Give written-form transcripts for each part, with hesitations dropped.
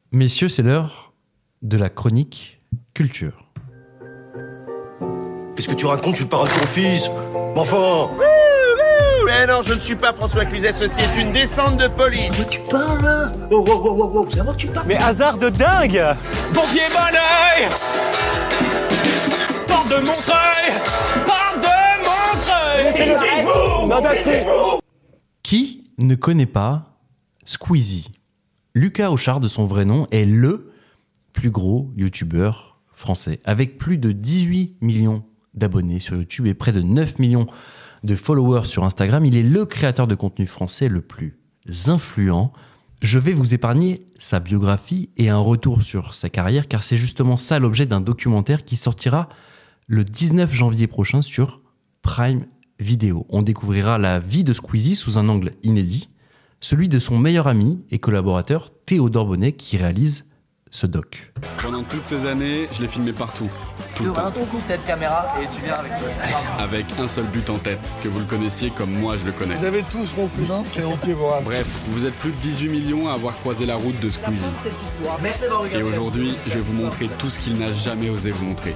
Messieurs, c'est l'heure de la chronique culture. Qu'est-ce que tu racontes? Je suis le parrain de ton fils. Mais enfin. Eh non, je ne suis pas François Cluzet, ceci est une descente de police. Mais tu parles là? Oh, c'est à moi que tu parles. Mais hasard de dingue. Pompier Bonneuil. Porte de Montreuil. Porte de Montreuil. C'est vous. Qui ne connaît pas Squeezie? Lucas Auchard, de son vrai nom, est le plus gros youtubeur français, avec plus de 18 millions d'abonnés sur YouTube et près de 9 millions de followers sur Instagram. Il est le créateur de contenu français le plus influent. Je vais vous épargner sa biographie et un retour sur sa carrière, car c'est justement ça l'objet d'un documentaire qui sortira le 19 janvier prochain sur Prime Video. On découvrira la vie de Squeezie sous un angle inédit, celui de son meilleur ami et collaborateur Théodore Bonnet, qui réalise ce doc. Pendant toutes ces années, je l'ai filmé partout, tout le temps. Tu beaucoup cette caméra et tu viens avec toi. Avec un seul but en tête, que vous le connaissiez comme moi je le connais. Vous avez tous confus, Bref, vous êtes plus de 18 millions à avoir croisé la route de Squeezie. Cette histoire. Merci d'avoir regardé. Et aujourd'hui, je vais vous montrer tout ce qu'il n'a jamais osé vous montrer.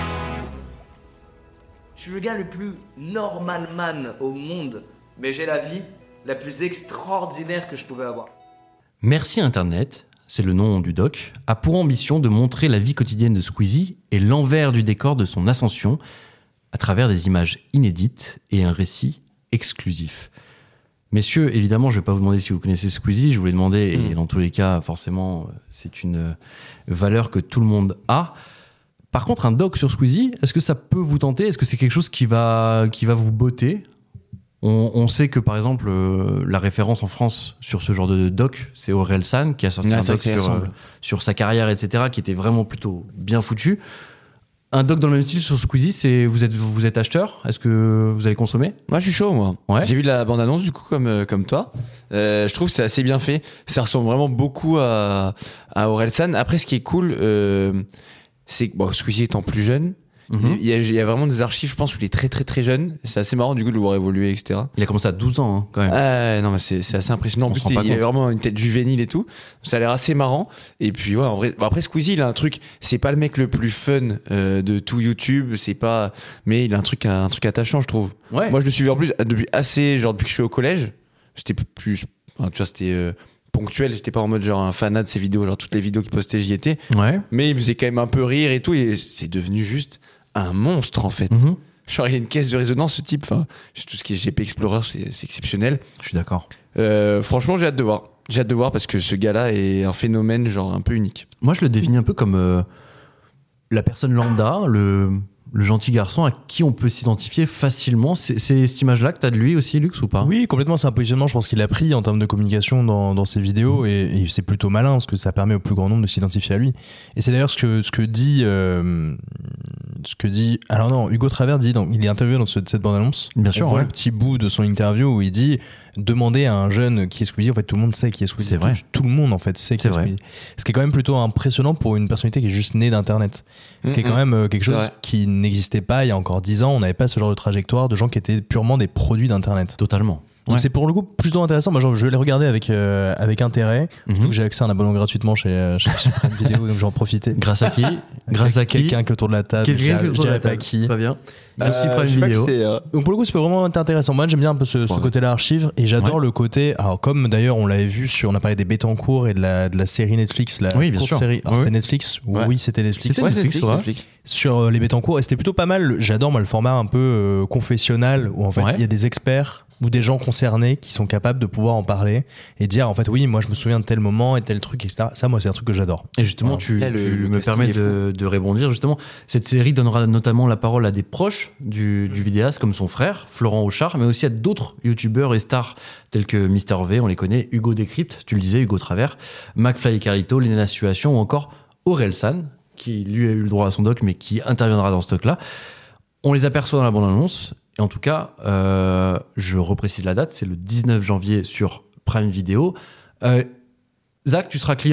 Je suis le gars le plus normal man au monde, mais j'ai la vie la plus extraordinaire que je pouvais avoir. Merci Internet, c'est le nom du doc, a pour ambition de montrer la vie quotidienne de Squeezie et l'envers du décor de son ascension à travers des images inédites et un récit exclusif. Messieurs, évidemment, je ne vais pas vous demander si vous connaissez Squeezie, je vous l'ai demandé, et dans tous les cas, forcément, c'est une valeur que tout le monde a. Par contre, un doc sur Squeezie, est-ce que ça peut vous tenter? Est-ce que c'est quelque chose qui va vous botter? On sait que, par exemple, la référence en France sur ce genre de doc, c'est Orelsan, qui a sorti un doc sur sa carrière, etc., qui était vraiment plutôt bien foutu. Un doc dans le même style sur Squeezie, vous êtes acheteur? Est-ce que vous allez consommer? Moi, je suis chaud, moi. Ouais. J'ai vu la bande-annonce, du coup, comme toi. Je trouve que c'est assez bien fait. Ça ressemble vraiment beaucoup à Orelsan. Après, ce qui est cool, c'est que Squeezie étant plus jeune, il y a vraiment des archives, je pense, où il est très très très jeune. C'est assez marrant du coup de le voir évoluer, etc. Il a commencé à 12 ans, quand même. Non, mais c'est assez impressionnant. En plus, il a vraiment une tête juvénile et tout. Ça a l'air assez marrant. Et puis, ouais, en vrai, après, Squeezie, il a un truc, c'est pas le mec le plus fun de tout YouTube, mais il a un truc attachant, je trouve. Ouais. Moi, je le suivais en plus depuis que je suis au collège. C'était plus, tu vois, c'était ponctuel, j'étais pas en mode genre un fanat de ses vidéos, genre toutes les vidéos qu'il postait, j'y étais. Ouais. Mais il me faisait quand même un peu rire et tout, et c'est devenu juste un monstre en fait. Genre il a une caisse de résonance ce type, enfin tout ce qui est GP Explorer c'est exceptionnel. Je suis d'accord. Franchement j'ai hâte de voir parce que ce gars-là est un phénomène genre un peu unique. Moi je le définis un peu comme la personne lambda, le gentil garçon à qui on peut s'identifier facilement. C'est cette image-là que tu as de lui aussi, Lux, ou pas? Oui, complètement. C'est un positionnement, je pense qu'il a pris en termes de communication dans ses vidéos et c'est plutôt malin parce que ça permet au plus grand nombre de s'identifier à lui. Et c'est d'ailleurs ce que dit. Alors non, Hugo Travers dit, il est interviewé dans cette bande-annonce. Bien sûr. On voit le petit bout de son interview où il dit demander à un jeune qui est Squeezie. En fait, tout le monde sait qui est Squeezie. C'est vrai. Tout le monde en fait sait qui est Squeezie. Ce qui est quand même plutôt impressionnant pour une personnalité qui est juste née d'Internet. Ce qui est quand même quelque chose qui n'existait pas il y a encore 10 ans. On n'avait pas ce genre de trajectoire de gens qui étaient purement des produits d'Internet. Totalement. Donc c'est pour le coup plutôt intéressant. Moi, je l'ai regardé avec intérêt. Surtout que j'ai accès à un abonnement gratuitement chez Prime Video, donc j'en profitais. Grâce à qui? Grâce à qui? Quelqu'un qui est autour de la table. Je dirais pas qui. Pas bien. Merci Prime Video. Donc pour le coup, ça peut vraiment être intéressant. Moi, j'aime bien un peu ce côté-là archive et j'adore le côté. Alors comme d'ailleurs on l'avait vu on a parlé des Bettencourt et de la série Netflix, la courte série. Alors c'est Netflix. Oui, c'était Netflix. C'était Netflix. Sur les Bettencourt et c'était plutôt pas mal. J'adore moi le format un peu confessionnal où en fait il y a des experts ou des gens concernés qui sont capables de pouvoir en parler et dire en fait oui moi je me souviens de tel moment et tel truc, etc. Ça moi c'est un truc que j'adore. Et justement tu me permets de rebondir justement. Cette série donnera notamment la parole à des proches du vidéaste comme son frère Florent Auchard, mais aussi à d'autres youtubeurs et stars tels que Mister V, on les connaît, Hugo Décrypte, tu le disais, Hugo Travers, McFly et Carlito, Lena Situation ou encore Orelsan qui lui a eu le droit à son doc mais qui interviendra dans ce doc là. On les aperçoit dans la bande-annonce. Et en tout cas, je reprécise la date, c'est le 19 janvier sur Prime Video. Zach, tu seras client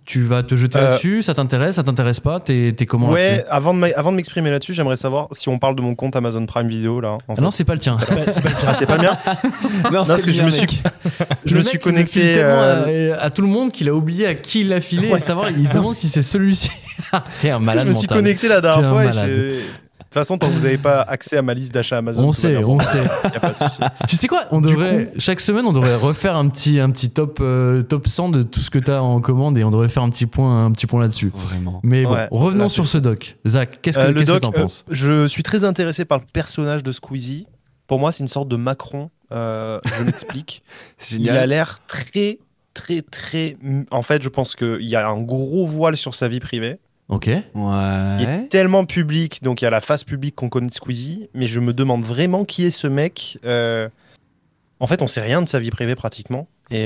Tu vas te jeter là-dessus, ça t'intéresse pas, t'es comment là-dessus? Ouais, avant de m'exprimer là-dessus, j'aimerais savoir si on parle de mon compte Amazon Prime Video là. Non, c'est pas le tien. C'est pas le mien. Non, parce que je me suis connecté à tout le monde qu'il a oublié à qui il l'a filé et savoir, il se demande si c'est celui-ci. T'es un malade mental. Je me suis connecté la dernière fois et de toute façon, tant que vous n'avez pas accès à ma liste d'achat Amazon, on sait. Y a pas de souci. Tu sais quoi, chaque semaine, on devrait refaire un petit top 100 de tout ce que tu as en commande et on devrait faire un petit point là-dessus. Vraiment. Mais bon, revenons sur ce doc. Zach, qu'est-ce que t'en penses? Je suis très intéressé par le personnage de Squeezie. Pour moi, c'est une sorte de Macron. Je m'explique. Il a l'air très, très, très... En fait, je pense qu'il y a un gros voile sur sa vie privée. Ok. Ouais. Il est tellement public, donc il y a la face publique qu'on connaît de Squeezie, mais je me demande vraiment qui est ce mec. En fait, on sait rien de sa vie privée pratiquement, et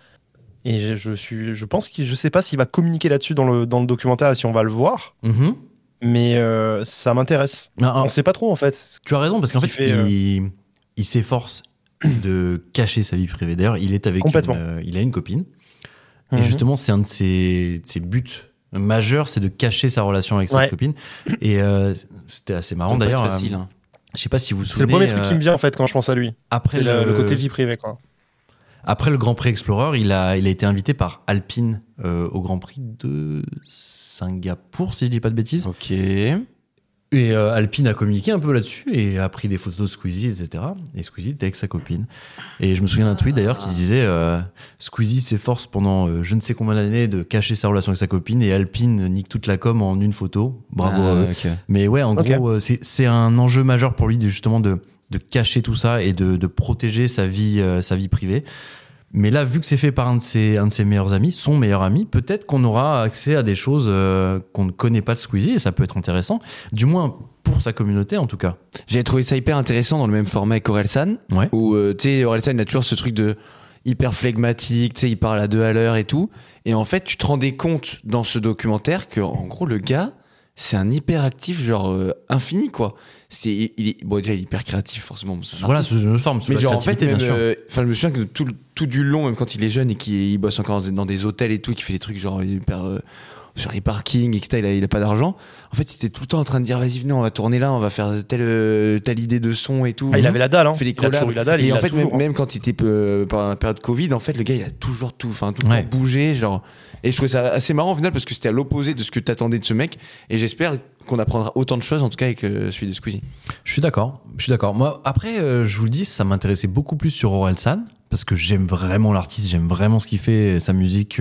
je pense que je sais pas s'il va communiquer là-dessus dans le documentaire et si on va le voir, mais ça m'intéresse. On sait pas trop en fait. Tu as raison parce qu'en fait, il s'efforce de cacher sa vie privée. D'ailleurs, il est avec il a une copine, et justement, c'est un de ses buts majeur, c'est de cacher sa relation avec sa copine. Et c'était assez marrant d'ailleurs. Facile, hein. Je sais pas si vous vous souvenez. C'est le premier truc qui me vient en fait quand je pense à lui. Après le côté vie privée, quoi. Après le Grand Prix Explorer, il a été invité par Alpine au Grand Prix de Singapour, si je dis pas de bêtises. Ok. Et Alpine a communiqué un peu là-dessus et a pris des photos de Squeezie, etc. Et Squeezie était avec sa copine. Et je me souviens d'un tweet d'ailleurs qui disait Squeezie s'efforce pendant je ne sais combien d'années de cacher sa relation avec sa copine et Alpine nique toute la com en une photo. Bravo à eux. Okay. Mais ouais, en gros, c'est un enjeu majeur pour lui justement de cacher tout ça et de protéger sa vie privée. Mais là, vu que c'est fait par un de ses meilleurs amis, son meilleur ami, peut-être qu'on aura accès à des choses qu'on ne connaît pas de Squeezie et ça peut être intéressant, du moins pour sa communauté en tout cas. J'ai trouvé ça hyper intéressant dans le même format qu'Orelsan, où tu sais, Orelsan il a toujours ce truc de hyper flegmatique, tu sais, il parle à 2 à l'heure et tout. Et en fait, tu te rendais compte dans ce documentaire que en gros le gars, c'est un hyperactif genre infini quoi. Il est déjà hyper créatif forcément. Voilà, sous une forme, sous mais la genre en fait, bien sûr. Je me souviens que tout du long, même quand il est jeune et qu'il bosse encore dans des hôtels et tout, qu'il fait des trucs genre hyper sur les parkings, etc. Il a pas d'argent. En fait, il était tout le temps en train de dire vas-y venez, on va tourner là, on va faire telle idée de son et tout. Il avait la dalle, hein. Il fait des collabs. Et en fait, même quand il était pendant la période Covid, en fait, le gars il a toujours tout le temps bougé, genre. Et je trouvais ça assez marrant au final parce que c'était à l'opposé de ce que t'attendais de ce mec. Et j'espère qu'on apprendra autant de choses en tout cas avec celui de Squeezie. Je suis d'accord. Moi, après, je vous le dis, ça m'intéressait beaucoup plus sur Orelsan parce que j'aime vraiment l'artiste, j'aime vraiment ce qu'il fait, sa musique,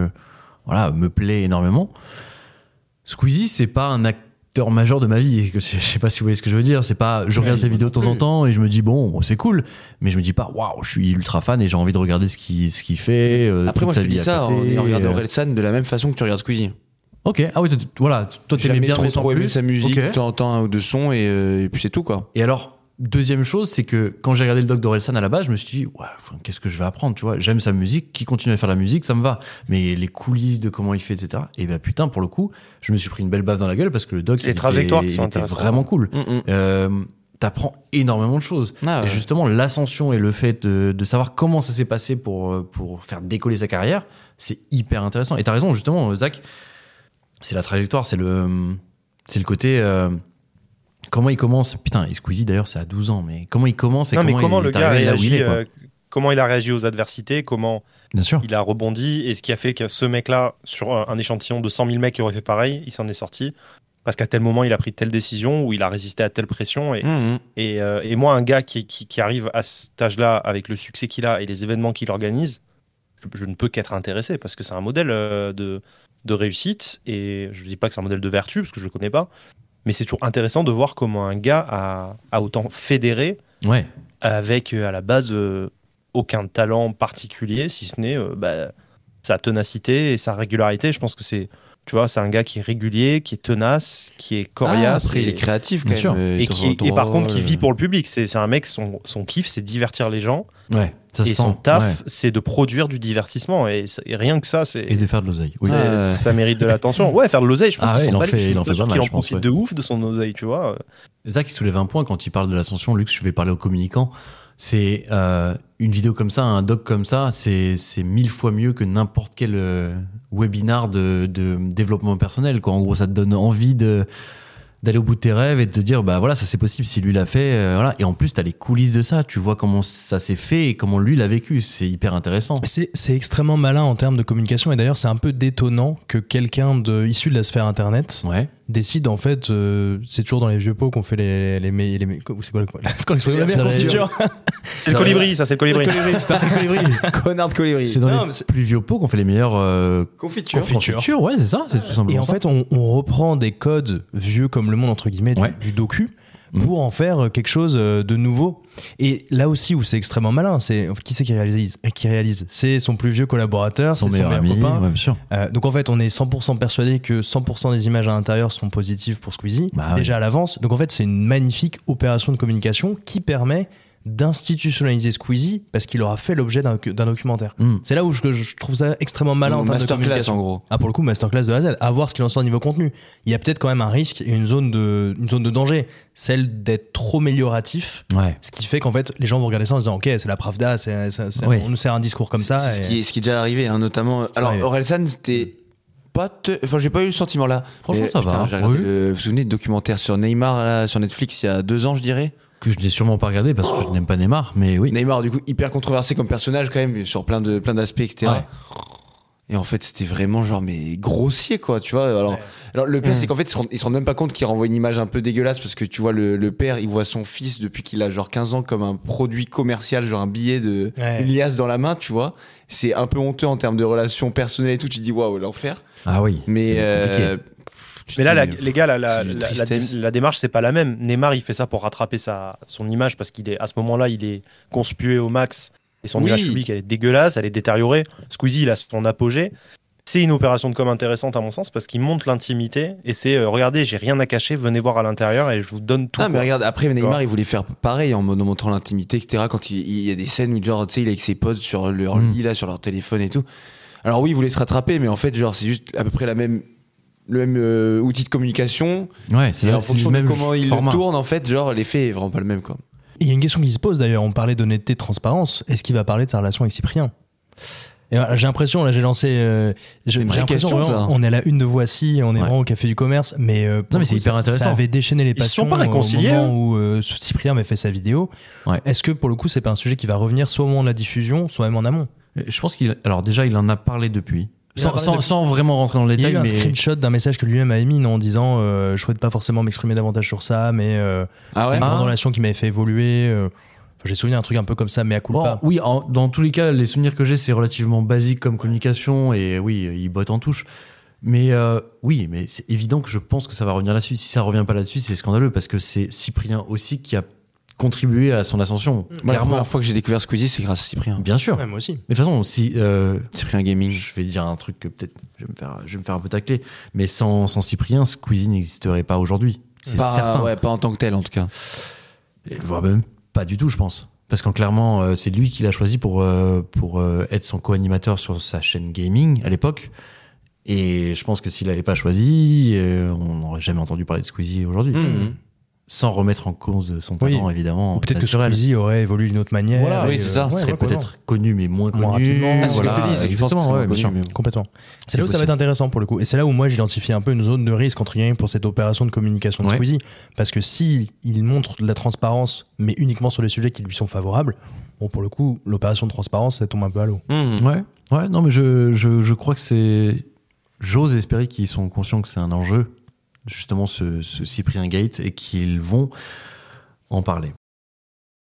me plaît énormément. Squeezie, c'est pas un acteur majeur de ma vie. Je sais pas si vous voyez ce que je veux dire. C'est pas, je regarde ses vidéos de temps en temps et je me dis bon, c'est cool, mais je me dis pas waouh, je suis ultra fan et j'ai envie de regarder ce qu'il fait. Après, moi, je te dis ça en regardant Orelsan de la même façon que tu regardes Squeezie. Ok, ah oui, toi t'aimais bien, mais trop aimé sa musique, de temps en temps un ou deux sons et puis c'est tout quoi. Et alors, deuxième chose, c'est que quand j'ai regardé le doc d'Orelsan à la base, je me suis dit, qu'est-ce que je vais apprendre, tu vois, j'aime sa musique, qui continue à faire la musique, ça me va. Mais les coulisses de comment il fait, etc. Et ben putain, pour le coup, je me suis pris une belle baffe dans la gueule parce que le doc, les trajectoires qui sont était vraiment cool. T'apprends énormément de choses. Et justement, l'ascension et le fait de savoir comment ça s'est passé pour faire décoller sa carrière, c'est hyper intéressant. Et t'as raison, justement, Zach, c'est la trajectoire, c'est le côté comment il commence. Putain, et Squeezie d'ailleurs c'est à 12 ans, mais comment il commence et comment le gars réagit, comment il a réagi aux adversités, comment bien sûr il a rebondi, et ce qui a fait que ce mec-là, sur un échantillon de 100 000 mecs qui auraient fait pareil, il s'en est sorti parce qu'à tel moment il a pris telle décision ou il a résisté à telle pression et moi, un gars qui arrive à cet âge-là avec le succès qu'il a et les événements qu'il organise, je ne peux qu'être intéressé parce que c'est un modèle de réussite, et je ne dis pas que c'est un modèle de vertu parce que je le connais pas, mais c'est toujours intéressant de voir comment un gars a autant fédéré avec à la base aucun talent particulier, si ce n'est sa ténacité et sa régularité. Je pense que c'est un gars qui est régulier, qui est tenace, qui est coriace. Après, il est créatif quand même. Et par contre, qui vit pour le public. C'est un mec, son kiff, c'est divertir les gens. Ouais, ça se et sent. Son taf, c'est de produire du divertissement. Et rien que ça, c'est. Et de faire de l'oseille. Oui. Ça mérite de l'attention. Ouais, faire de l'oseille, je pense qu'il en fait pas mal. Il en profite de ouf de son oseille, tu vois. Zach, il soulève un point quand il parle de l'ascension. Lux, je vais parler aux communicants. C'est une vidéo comme ça, un doc comme ça, c'est 1000 fois mieux que n'importe quel webinar de développement personnel, quoi. En gros, ça te donne envie d'aller au bout de tes rêves et de te dire, bah voilà, ça c'est possible si lui l'a fait, voilà. Et en plus, t'as les coulisses de ça, tu vois comment ça s'est fait et comment lui l'a vécu. C'est hyper intéressant. C'est extrêmement malin en termes de communication, et d'ailleurs, c'est un peu détonnant que quelqu'un issu de la sphère internet décide, en fait, c'est toujours dans les vieux pots qu'on fait les c'est quoi c'est le colibri, ça, c'est le colibri. Putain, c'est le colibri. Connard de colibri. C'est dans les plus vieux pots qu'on fait les meilleures confitures. Ouais, c'est ça, c'est tout simplement. Et en fait, on reprend des codes vieux comme le monde, entre guillemets, du docu, pour en faire quelque chose de nouveau. Et là aussi où c'est extrêmement malin, c'est qui c'est qui réalise, c'est son plus vieux collaborateur, son c'est meilleur ami, copain. Ouais, bien sûr. Donc en fait, on est 100% persuadé que 100% des images à l'intérieur sont positives pour Squeezie, déjà à l'avance. Donc en fait, c'est une magnifique opération de communication qui permet d'institutionnaliser Squeezie parce qu'il aura fait l'objet d'un documentaire. C'est là où je trouve ça extrêmement malin en termes de communication. En gros. Ah, pour le coup, masterclass de A à Z. À voir ce qu'il en sort niveau contenu. Il y a peut-être quand même un risque et une zone de danger, celle d'être trop amélioratif. Ce qui fait qu'en fait, les gens vont regarder ça en se disant, ok, c'est la Pravda, on nous sert un discours comme ça. C'est ce qui est déjà arrivé, hein, notamment. Alors, Orelsan, c'était enfin, j'ai pas eu le sentiment là. Franchement, ça va. J'ai regardé vous vous souvenez du documentaire sur Neymar là, sur Netflix il y a 2 ans, je dirais. Que je n'ai sûrement pas regardé parce que je n'aime pas Neymar, mais oui. Neymar, du coup, hyper controversé comme personnage quand même, sur plein d'aspects, etc. Et en fait, c'était vraiment genre, mais grossier, quoi, tu vois. Alors le pire, c'est qu'en fait, ils se rendent même pas compte qu'il renvoie une image un peu dégueulasse parce que tu vois, le père, il voit son fils depuis qu'il a genre 15 ans comme un produit commercial, genre un billet une liasse dans la main, tu vois. C'est un peu honteux en termes de relations personnelles et tout. Tu te dis, waouh, l'enfer. Ah oui. Mais, mais là, les gars, la démarche, c'est pas la même. Neymar, il fait ça pour rattraper son image parce qu'il est, à ce moment-là, il est conspué au max et son image publique, elle est dégueulasse, elle est détériorée. Squeezie, il a son apogée. C'est une opération de com intéressante à mon sens parce qu'il montre l'intimité et c'est regardez, j'ai rien à cacher, venez voir à l'intérieur et je vous donne tout. Ah, mais regarde, après Neymar, il voulait faire pareil en montrant l'intimité, etc. Quand il y a des scènes où, genre, tu sais, il est avec ses potes sur leur lit, là, sur leur téléphone et tout. Alors oui, il voulait se rattraper, mais en fait, genre, c'est juste à peu près le même outil de communication. C'est en fonction de comment il format. le tourne, en fait, genre, l'effet est vraiment pas le même, quoi. Il y a une question qui se pose d'ailleurs, on parlait d'honnêteté, de transparence. Est-ce qu'il va parler de sa relation avec Cyprien ? Et j'ai l'impression, là j'ai lancé. J'ai l'impression vraiment, on est à la une de Voici, on est vraiment au Café du Commerce, mais non, mais c'est hyper intéressant. Ça avait déchaîné les passions. Ils sont pas réconciliés au moment où Cyprien m'avait fait sa vidéo. Est-ce que pour le coup, c'est pas un sujet qui va revenir soit au moment de la diffusion, soit même en amont ? Je pense alors déjà, il en a parlé depuis. Sans vraiment rentrer dans le détail, il y a eu un screenshot d'un message que lui-même a émis en disant je souhaite pas forcément m'exprimer davantage sur ça, mais c'était une grande relation qui m'avait fait évoluer. J'ai souvenir un truc un peu comme ça, mais à culpa. Oui, dans tous les cas, les souvenirs que j'ai, c'est relativement basique comme communication et oui, il botte en touche. Mais oui, mais c'est évident que je pense que ça va revenir là-dessus. Si ça revient pas là-dessus, c'est scandaleux parce que c'est Cyprien aussi qui a contribué à son ascension. Moi, la première fois que j'ai découvert Squeezie, c'est grâce à Cyprien. Bien sûr. Ouais, moi aussi. Mais de toute façon, si Cyprien Gaming, je vais dire un truc que peut-être je vais me faire un peu tacler, mais sans Cyprien, Squeezie n'existerait pas aujourd'hui. C'est certain. Ouais, pas en tant que tel en tout cas. Et voire même pas du tout, je pense. Parce qu'en clairement, c'est lui qui l'a choisi pour être son co-animateur sur sa chaîne gaming à l'époque. Et je pense que s'il l'avait pas choisi, on n'aurait jamais entendu parler de Squeezie aujourd'hui. Sans remettre en cause son talent, évidemment. Ou peut-être que Squeezie aurait évolué d'une autre manière. Voilà, oui, c'est ça. Il serait peut-être connu, mais moins connu. C'est ce que je te dis, c'est que je pense que c'est connu, mais complètement. C'est là où ça va être intéressant pour le coup. Et c'est là où moi j'identifie un peu une zone de risque entre guillemets pour cette opération de communication de Squeezie. Parce que s'il montre de la transparence, mais uniquement sur les sujets qui lui sont favorables, bon, pour le coup, l'opération de transparence, elle tombe un peu à l'eau. Ouais, non, mais je crois que c'est. J'ose espérer qu'ils sont conscients que c'est un enjeu, justement, ce Cyprien Gate, et qu'ils vont en parler.